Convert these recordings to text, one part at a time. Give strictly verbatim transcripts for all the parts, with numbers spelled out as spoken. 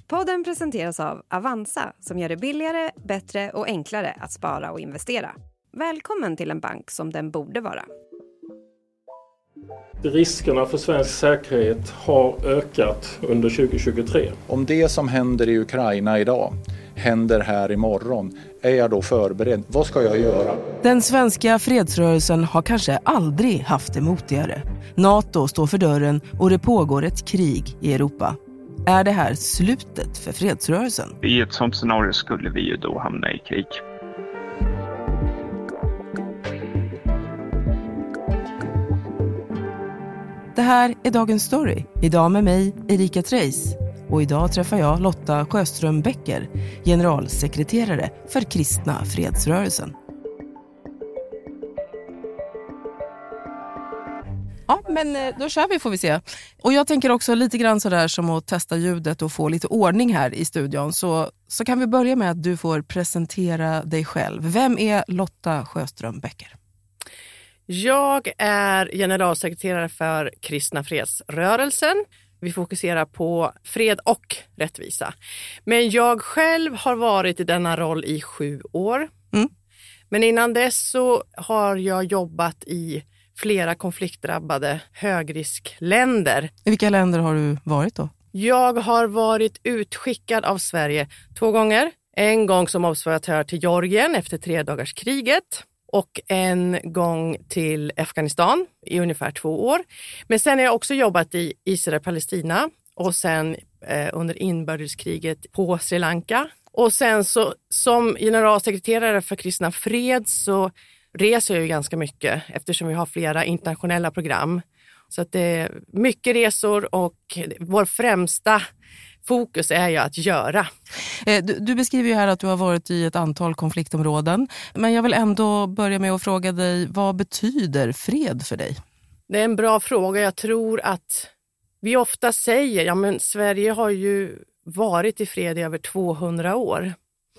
Podden presenteras av Avanza som gör det billigare, bättre och enklare att spara och investera. Välkommen till en bank som den borde vara. Riskerna för svensk säkerhet har ökat under tjugo tjugotre. Om det som händer i Ukraina idag händer här imorgon, är jag då förberedd? Vad ska jag göra? Den svenska fredsrörelsen har kanske aldrig haft det motigare. NATO står för dörren och det pågår ett krig i Europa. Är det här slutet för fredsrörelsen? I ett sånt scenario skulle vi ju då hamna i krig. Det här är Dagens Story. Idag med mig, Erika Treis. Och idag träffar jag Lotta Sjöström Becker, generalsekreterare för Kristna fredsrörelsen. Ja, men då kör vi får vi se. Och jag tänker också lite grann sådär som att testa ljudet och få lite ordning här i studion. Så, så kan vi börja med att du får presentera dig själv. Vem är Lotta Sjöström Becker? Jag är generalsekreterare för Kristna fredsrörelsen. Vi fokuserar på fred och rättvisa. Men jag själv har varit i denna roll i sju år. Mm. Men innan dess så har jag jobbat i flera konfliktdrabbade högriskländer. I vilka länder har du varit då? Jag har varit utskickad av Sverige två gånger. En gång som observatör till Georgien efter tredagarskriget. Och en gång till Afghanistan i ungefär två år. Men sen har jag också jobbat i Israel och Palestina. Och sen eh, under inbördeskriget på Sri Lanka. Och sen så som generalsekreterare för Kristna Fred så reser jag ju ganska mycket. Eftersom vi har flera internationella program. Så att det är mycket resor och vår främsta fokus är ju att göra. Du, du beskriver ju här att du har varit i ett antal konfliktområden. Men jag vill ändå börja med att fråga dig, vad betyder fred för dig? Det är en bra fråga. Jag tror att vi ofta säger, ja men Sverige har ju varit i fred i över tvåhundra år.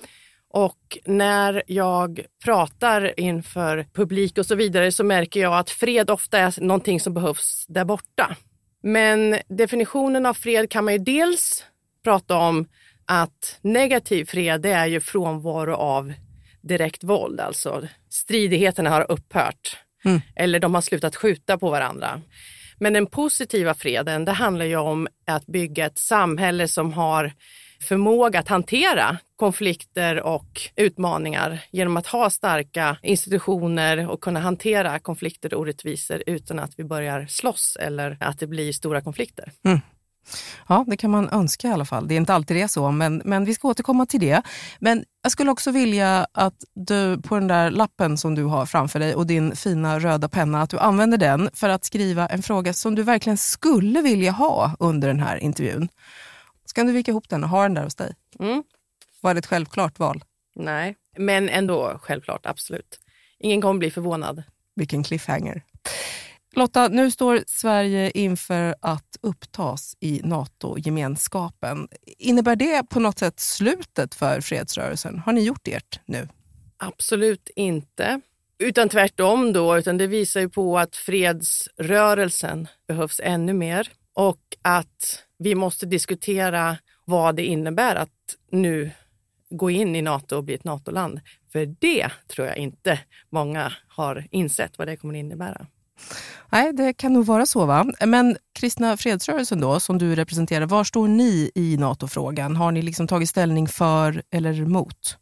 Och när jag pratar inför publik och så vidare så märker jag att fred ofta är någonting som behövs där borta. Men definitionen av fred kan man ju dels prata om att negativ fred det är ju frånvaro av direkt våld. Alltså stridigheterna har upphört mm. eller de har slutat skjuta på varandra. Men den positiva freden det handlar ju om att bygga ett samhälle som har förmåga att hantera konflikter och utmaningar genom att ha starka institutioner och kunna hantera konflikter och orättvisor utan att vi börjar slåss eller att det blir stora konflikter. Mm. Ja, det kan man önska i alla fall. Det är inte alltid det så, men, men vi ska återkomma till det. Men jag skulle också vilja att du på den där lappen som du har framför dig och din fina röda penna, att du använder den för att skriva en fråga som du verkligen skulle vilja ha under den här intervjun. Ska du vika ihop den och ha den där hos dig? Mm. Var det ett självklart val? Nej, men ändå självklart, absolut. Ingen kommer bli förvånad. Vilken cliffhanger. Lotta, nu står Sverige inför att upptas i NATO-gemenskapen. Innebär det på något sätt slutet för fredsrörelsen? Har ni gjort ert nu? Absolut inte. Utan tvärtom då, utan det visar ju på att fredsrörelsen behövs ännu mer. Och att vi måste diskutera vad det innebär att nu gå in i NATO och bli ett NATO-land. För det tror jag inte många har insett vad det kommer att innebära. Nej, det kan nog vara så va. Men Kristna fredsrörelsen då, som du representerar, var står ni i NATO-frågan? Har ni liksom tagit ställning för eller emot?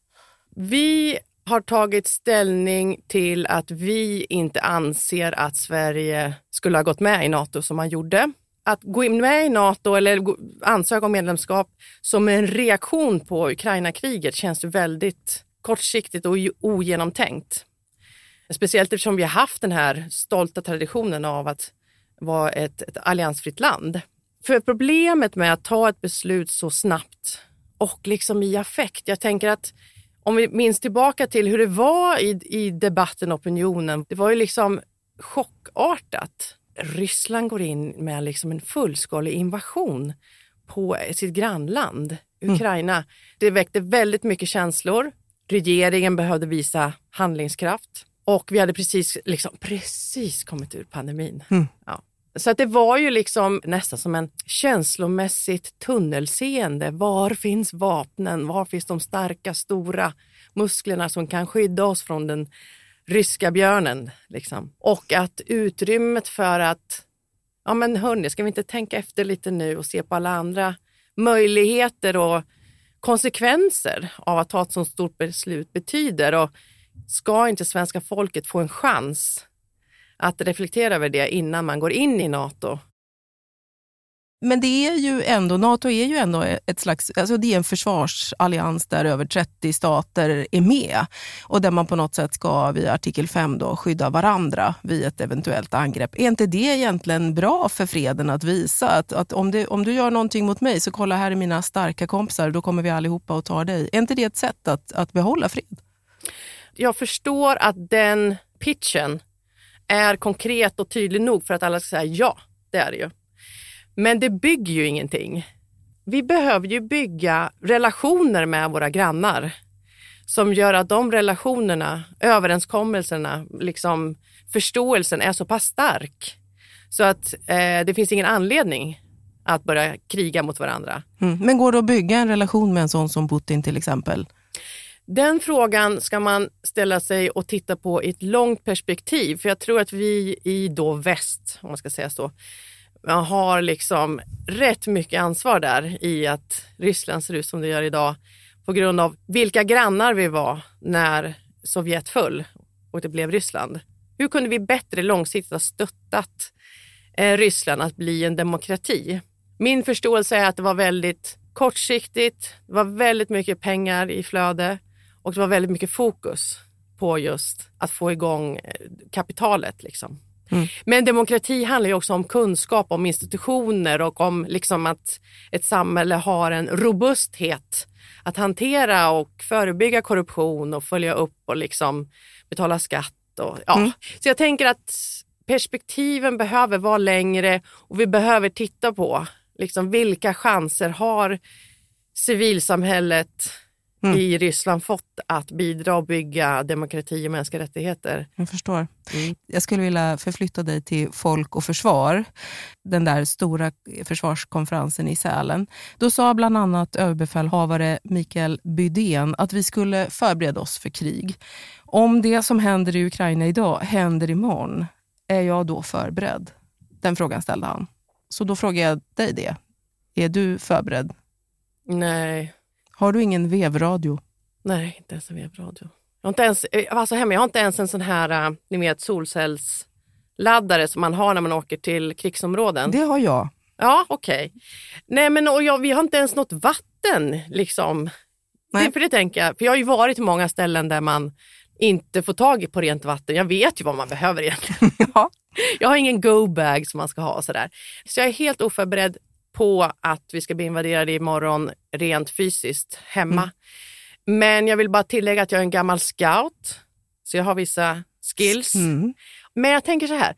Vi har tagit ställning till att vi inte anser att Sverige skulle ha gått med i NATO som man gjorde. Att gå in med i NATO eller ansöka om medlemskap som en reaktion på Ukraina-kriget känns väldigt kortsiktigt och ogenomtänkt. Speciellt eftersom vi har haft den här stolta traditionen av att vara ett, ett alliansfritt land. För problemet med att ta ett beslut så snabbt och liksom i affekt, jag tänker att om vi minns tillbaka till hur det var i, i debatten och opinionen, det var ju liksom chockartat. Ryssland går in med liksom en fullskalig invasion på sitt grannland, Ukraina. Mm. Det väckte väldigt mycket känslor. Regeringen behövde visa handlingskraft. Och vi hade precis, liksom, precis kommit ur pandemin. Mm. Ja. Så att det var ju liksom nästan som en känslomässigt tunnelseende. Var finns vapnen? Var finns de starka, stora musklerna som kan skydda oss från den ryska björnen? Liksom. Och att utrymmet för att, ja men hörni, ska vi inte tänka efter lite nu och se på alla andra möjligheter och konsekvenser av att ta ett så stort beslut betyder, och ska inte svenska folket få en chans att reflektera över det innan man går in i NATO? Men det är ju ändå, NATO är ju ändå ett slags, alltså det är en försvarsallians där över trettio stater är med och där man på något sätt ska via artikel fem då skydda varandra vid ett eventuellt angrepp. Är inte det egentligen bra för freden att visa att, att om, det, om du gör någonting mot mig så kolla här är mina starka kompisar, då kommer vi allihopa och tar dig. Är inte det ett sätt att, att behålla fred? Jag förstår att den pitchen är konkret och tydlig nog för att alla ska säga ja, det är det ju. Men det bygger ju ingenting. Vi behöver ju bygga relationer med våra grannar som gör att de relationerna, överenskommelserna, liksom förståelsen är så pass stark så att eh, det finns ingen anledning att börja kriga mot varandra. Mm. Men går det att bygga en relation med en sån som Putin till exempel? Den frågan ska man ställa sig och titta på i ett långt perspektiv. För jag tror att vi i då väst, om man ska säga så, har liksom rätt mycket ansvar där i att Ryssland ser ut som det gör idag på grund av vilka grannar vi var när Sovjet föll och det blev Ryssland. Hur kunde vi bättre långsiktigt ha stöttat eh, Ryssland att bli en demokrati? Min förståelse är att det var väldigt kortsiktigt, det var väldigt mycket pengar i flöde och det var väldigt mycket fokus på just att få igång kapitalet liksom. Mm. Men demokrati handlar ju också om kunskap, om institutioner och om liksom att ett samhälle har en robusthet att hantera och förebygga korruption och följa upp och liksom betala skatt. Och, ja. Mm. Så jag tänker att perspektiven behöver vara längre och vi behöver titta på liksom vilka chanser har civilsamhället Mm. i Ryssland fått att bidra och bygga demokrati och mänskliga rättigheter. Jag förstår. Mm. Jag skulle vilja förflytta dig till Folk och försvar, den där stora försvarskonferensen i Sälen. Då sa bland annat överbefälhavare Mikael Bydén att vi skulle förbereda oss för krig. Om det som händer i Ukraina idag händer imorgon, är jag då förberedd? Den frågan ställde han. Så då frågar jag dig det. Är du förberedd? Nej. Har du ingen vevradio? Nej, inte ens en vevradio. Jag har inte ens, alltså hemma, jag har inte ens en sån här, ni vet, solcellsladdare som man har när man åker till krigsområden. Det har jag. Ja, okej. Okay. Nej, men och jag, vi har inte ens något vatten, liksom. Nej. Det, för det tänker jag. För jag har ju varit i många ställen där man inte får tag på rent vatten. Jag vet ju vad man behöver egentligen. Ja. Jag har ingen go-bag som man ska ha och sådär. Så jag är helt oförberedd på att vi ska bli invaderade imorgon rent fysiskt hemma. Mm. Men jag vill bara tillägga att jag är en gammal scout. Så jag har vissa skills. Mm. Men jag tänker så här.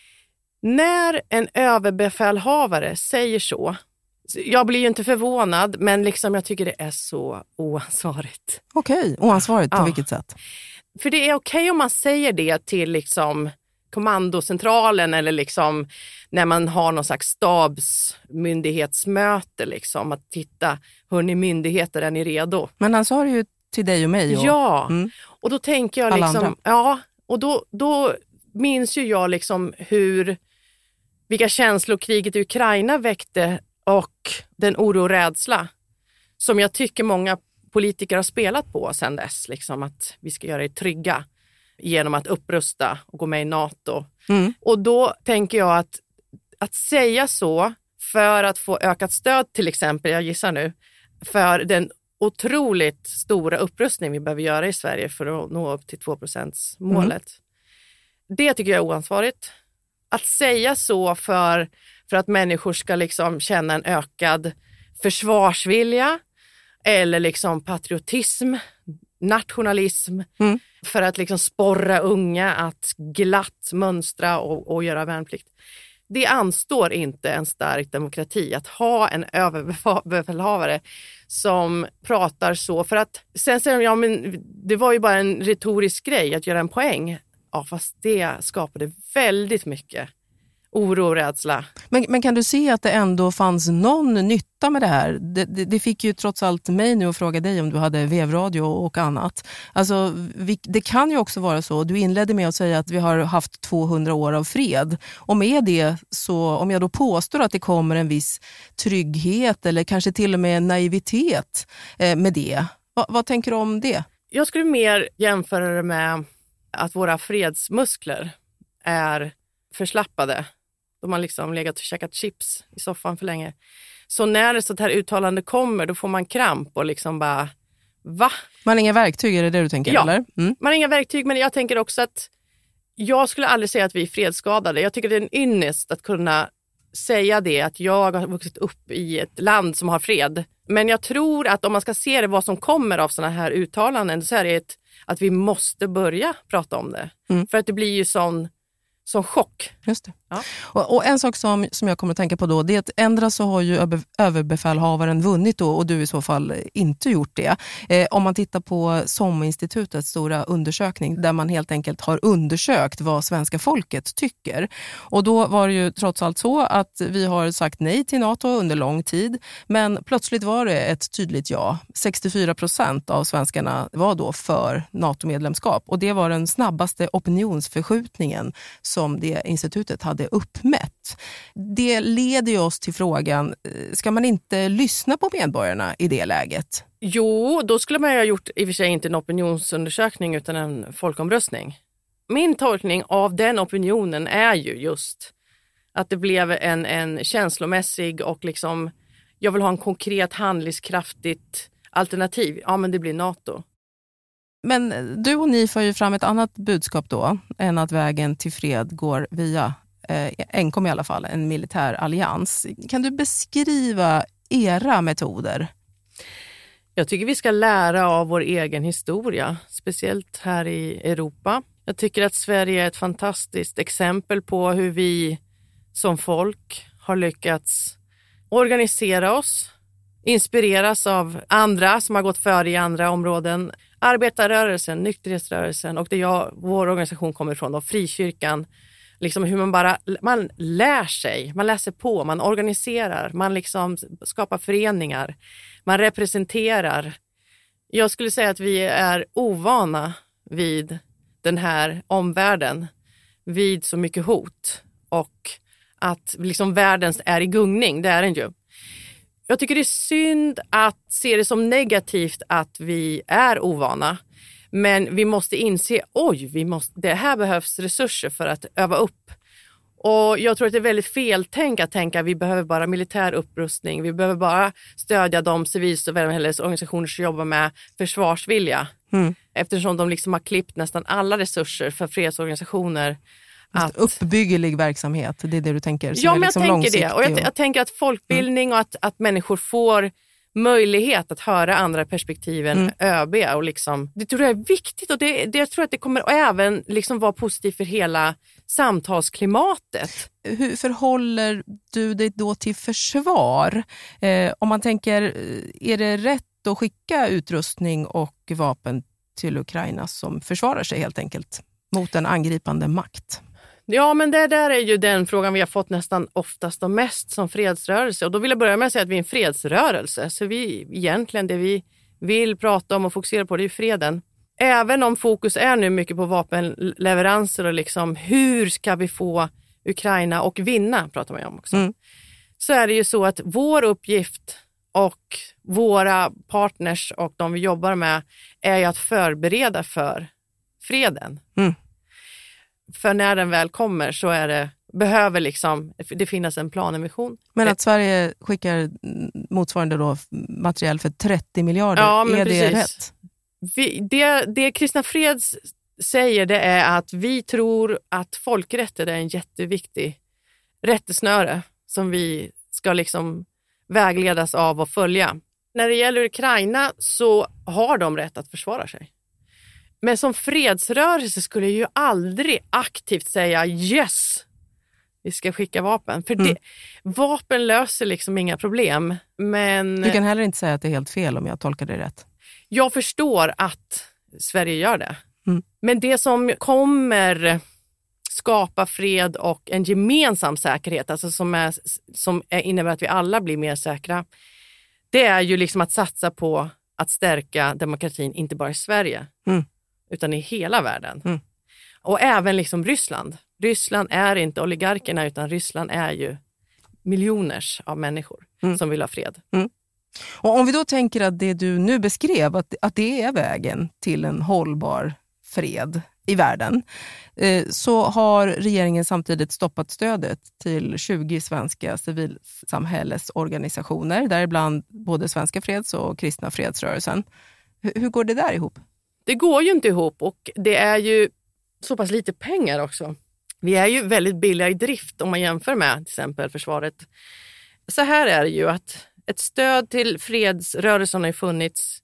När en överbefälhavare säger så. Jag blir ju inte förvånad. Men liksom jag tycker det är så oansvarigt. Okej, oansvarigt på ja. Vilket sätt? För det är okej om man säger det till liksom kommandocentralen eller liksom när man har någon slags stabsmyndighetsmöte liksom att titta, hörni myndigheter, är ni redo? Men han sa det ju till dig och mig. Och, ja, mm. och då tänker jag Alla liksom, andra. ja, och då, då minns ju jag liksom hur, vilka känslor kriget i Ukraina väckte och den oro och rädsla som jag tycker många politiker har spelat på sedan dess, liksom att vi ska göra det trygga genom att upprusta och gå med i NATO. Mm. Och då tänker jag att att säga så för att få ökat stöd till exempel, jag gissar nu, för den otroligt stora upprustning vi behöver göra i Sverige för att nå upp till två procent målet. Mm. Det tycker jag är oansvarigt. Att säga så för, för att människor ska liksom känna en ökad försvarsvilja eller liksom patriotism, nationalism, mm. för att liksom sporra unga att glatt mönstra och, och göra värnplikt. Det anstår inte en stark demokrati att ha en överbefälhavare som pratar så. För att sen säger de, ja men det var ju bara en retorisk grej att göra en poäng. Ja, fast det skapade väldigt mycket oro och rädsla. Men, men kan du se att det ändå fanns någon nytta med det här? Det, det, det fick ju trots allt mig nu att fråga dig om du hade vevradio och annat. Alltså, vi, det kan ju också vara så. Du inledde med att säga att vi har haft tvåhundra år av fred. Och med det, så om jag då påstår att det kommer en viss trygghet eller kanske till och med naivitet eh, med det. Va, vad tänker du om det? Jag skulle mer jämföra det med att våra fredsmuskler är förslappade. De har liksom legat och käkat chips i soffan för länge. Så när ett sånt här uttalande kommer, då får man kramp och liksom bara, va? Man har inga verktyg, är det det du tänker? Ja, eller? Mm. Man har inga verktyg, men jag tänker också att jag skulle aldrig säga att vi är fredsskadade. Jag tycker det är en ynnest att kunna säga det, att jag har vuxit upp i ett land som har fred. Men jag tror att om man ska se det vad som kommer av såna här uttalanden, så är det ett, att vi måste börja prata om det. Mm. För att det blir ju sån som chock. Just det. Ja. Och, och en sak som, som jag kommer att tänka på då, det är att ändra så har ju över, överbefälhavaren vunnit då, och du i så fall inte gjort det. Eh, om man tittar på SOM-institutets stora undersökning där man helt enkelt har undersökt vad svenska folket tycker. Och då var det ju trots allt så att vi har sagt nej till NATO under lång tid, men plötsligt var det ett tydligt ja. sextiofyra procent av svenskarna var då för NATO-medlemskap, och det var den snabbaste opinionsförskjutningen som det institutet hade uppmätt. Det leder ju oss till frågan, ska man inte lyssna på medborgarna i det läget? Jo, då skulle man ju ha gjort i och för sig inte en opinionsundersökning utan en folkomröstning. Min tolkning av den opinionen är ju just att det blev en, en känslomässig och liksom, jag vill ha en konkret handlingskraftigt alternativ. Ja, men det blir NATO. Men du och ni för ju fram ett annat budskap då, än att vägen till fred går via, eh, enkom i alla fall, en militär allians. Kan du beskriva era metoder? Jag tycker vi ska lära av vår egen historia, speciellt här i Europa. Jag tycker att Sverige är ett fantastiskt exempel på hur vi som folk har lyckats organisera oss, inspireras av andra som har gått före i andra områden. Arbetarrörelsen, nykterhetsrörelsen och det jag, vår organisation kommer ifrån, då, frikyrkan. Liksom hur man bara, man lär sig, man läser på, man organiserar, man liksom skapar föreningar, man representerar. Jag skulle säga att vi är ovana vid den här omvärlden, vid så mycket hot och att liksom världen är i gungning, det är den ju. Jag tycker det är synd att se det som negativt att vi är ovana. Men vi måste inse, oj, vi måste, det här behövs resurser för att öva upp. Och jag tror att det är väldigt feltänk att tänka att vi behöver bara militär upprustning. Vi behöver bara stödja de civilsamhällesorganisationer som jobbar med försvarsvilja. Mm. Eftersom de liksom har klippt nästan alla resurser för fredsorganisationer. Att uppbyggelig verksamhet, det är det du tänker? Ja, men liksom jag tänker det. Och jag, jag tänker att folkbildning mm. och att, att människor får möjlighet att höra andra perspektiv än mm. ÖB. Och liksom, det tror jag är viktigt och det, det jag tror att det kommer att även liksom vara positivt för hela samtalsklimatet. Hur förhåller du dig då till försvar? Eh, om man tänker, är det rätt att skicka utrustning och vapen till Ukraina som försvarar sig helt enkelt mot en angripande makt? Ja, men det där är ju den frågan vi har fått nästan oftast och mest som fredsrörelse. Och då vill jag börja med att säga att vi är en fredsrörelse. Så vi egentligen det vi vill prata om och fokusera på det är freden. Även om fokus är nu mycket på vapenleveranser och liksom hur ska vi få Ukraina och vinna, pratar man om också. Mm. Så är det ju så att vår uppgift och våra partners och de vi jobbar med är ju att förbereda för freden. Mm. För när den väl kommer så är det, behöver liksom, det finnas en plan, en vision. Men att Sverige skickar motsvarande då materiell för trettio miljarder, ja, är precis. Det rätt? Vi, det, det Kristna Freds säger det är att vi tror att folkrätten är en jätteviktig rättesnöre som vi ska liksom vägledas av och följa. När det gäller Ukraina så har de rätt att försvara sig. Men som fredsrörelse skulle jag ju aldrig aktivt säga yes, vi ska skicka vapen. För mm. det, vapen löser liksom inga problem. Men du kan heller inte säga att det är helt fel om jag tolkar det rätt. Jag förstår att Sverige gör det. Mm. Men det som kommer skapa fred och en gemensam säkerhet, alltså som, är, som är, innebär att vi alla blir mer säkra, det är ju liksom att satsa på att stärka demokratin, inte bara i Sverige, mm. utan i hela världen. Mm. Och även liksom Ryssland. Ryssland är inte oligarkerna, utan Ryssland är ju miljoners av människor mm. som vill ha fred. Mm. Och om vi då tänker att det du nu beskrev, att, att det är vägen till en hållbar fred i världen, eh, så har regeringen samtidigt stoppat stödet till tjugo svenska civilsamhällesorganisationer, däribland både Svenska freds- och Kristna fredsrörelsen. H- hur går det där ihop? Det går ju inte ihop, och det är ju så pass lite pengar också. Vi är ju väldigt billiga i drift om man jämför med till exempel försvaret. Så här är det ju att ett stöd till fredsrörelsen har funnits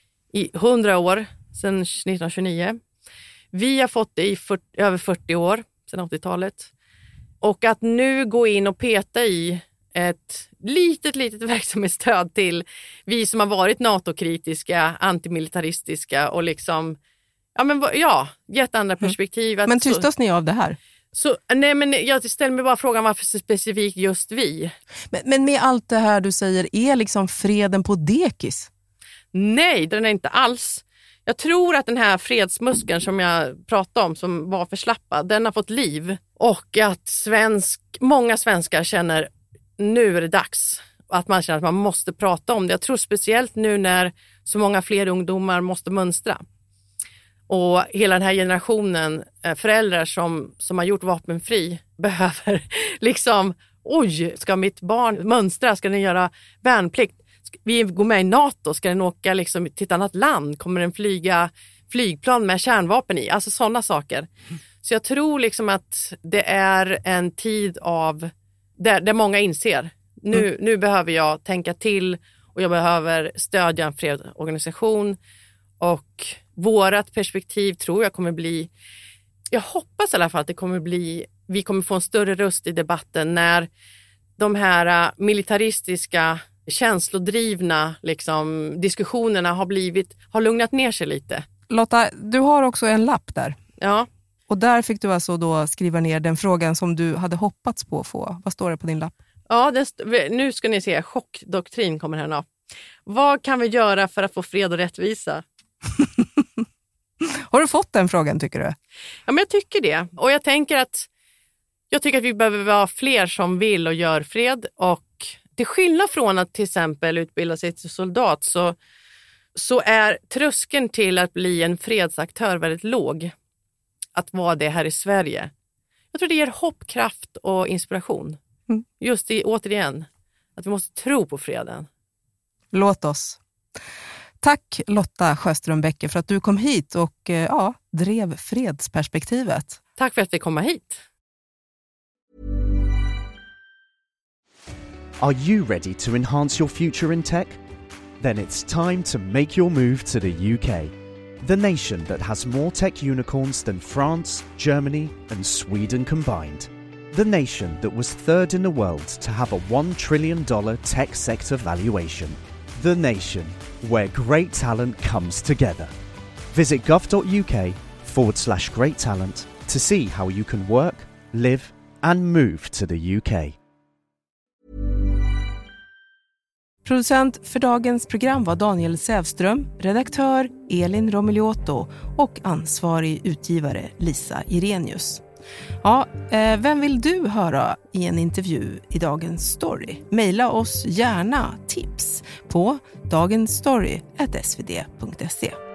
i hundra år, sedan nittonhundratjugonio. Vi har fått det i fyrtio, över fyrtio år, sedan åttiotalet. Och att nu gå in och peta i ett litet, litet verksamhetsstöd till vi som har varit NATO-kritiska, antimilitaristiska och liksom, ja men ja, gett andra perspektiv. Mm. Men tystas så, ni av det här? Så, nej men jag ställer mig bara frågan varför så specifikt just vi. Men, men med allt det här du säger, är liksom freden på dekis? Nej, den är inte alls. Jag tror att den här fredsmuskeln som jag pratade om, som var förslappad, den har fått liv. Och att svensk, många svenskar känner, nu är det dags. Att man känner att man måste prata om det. Jag tror speciellt nu när så många fler ungdomar måste mönstra. Och hela den här generationen föräldrar som, som har gjort vapenfri behöver liksom, oj, ska mitt barn mönstra? Ska den göra värnplikt? Vi går med i NATO, ska den åka liksom till ett annat land? Kommer den flyga flygplan med kärnvapen i? Alltså sådana saker. Så jag tror liksom att det är en tid av, där, där många inser, nu, mm. nu behöver jag tänka till och jag behöver stödja en fredsorganisation. Och vårat perspektiv tror jag kommer bli, jag hoppas i alla fall att det kommer bli, vi kommer få en större röst i debatten när de här militaristiska, känslodrivna liksom, diskussionerna har blivit, har lugnat ner sig lite. Lotta, du har också en lapp där. Ja. Och där fick du alltså då skriva ner den frågan som du hade hoppats på att få. Vad står det på din lapp? Ja, det, nu ska ni se, chockdoktrin kommer här nu. Vad kan vi göra för att få fred och rättvisa? Har du fått den frågan, tycker du? Ja, men jag tycker det. Och jag tänker att jag tycker att vi behöver vara fler som vill och gör fred. Och till skillnad från att till exempel utbilda sig till soldat så, så är tröskeln till att bli en fredsaktör väldigt låg. Att vara det här i Sverige. Jag tror det ger hopp, kraft och inspiration. Mm. Just i, återigen, att vi måste tro på freden. Låt oss. Tack Lotta Sjöström Bäcke för att du kom hit och ja, drev fredsperspektivet. Tack för att vi kom hit. Are you ready to enhance your future in tech? Then it's time to make your move to the U K. The nation that has more tech unicorns than France, Germany and Sweden combined. The nation that was third in the world to have a one trillion dollars tech sector valuation. The nation where great talent comes together. Visit gov.uk forward slash great talent to see how you can work, live and move to the U K. Producent för dagens program var Daniel Sävström, redaktör Elin Romiliotto och ansvarig utgivare Lisa Irenius. Ja, eh, vem vill du höra i en intervju i Dagens Story? Maila oss gärna tips på dagensstory snabel-a s v d punkt se.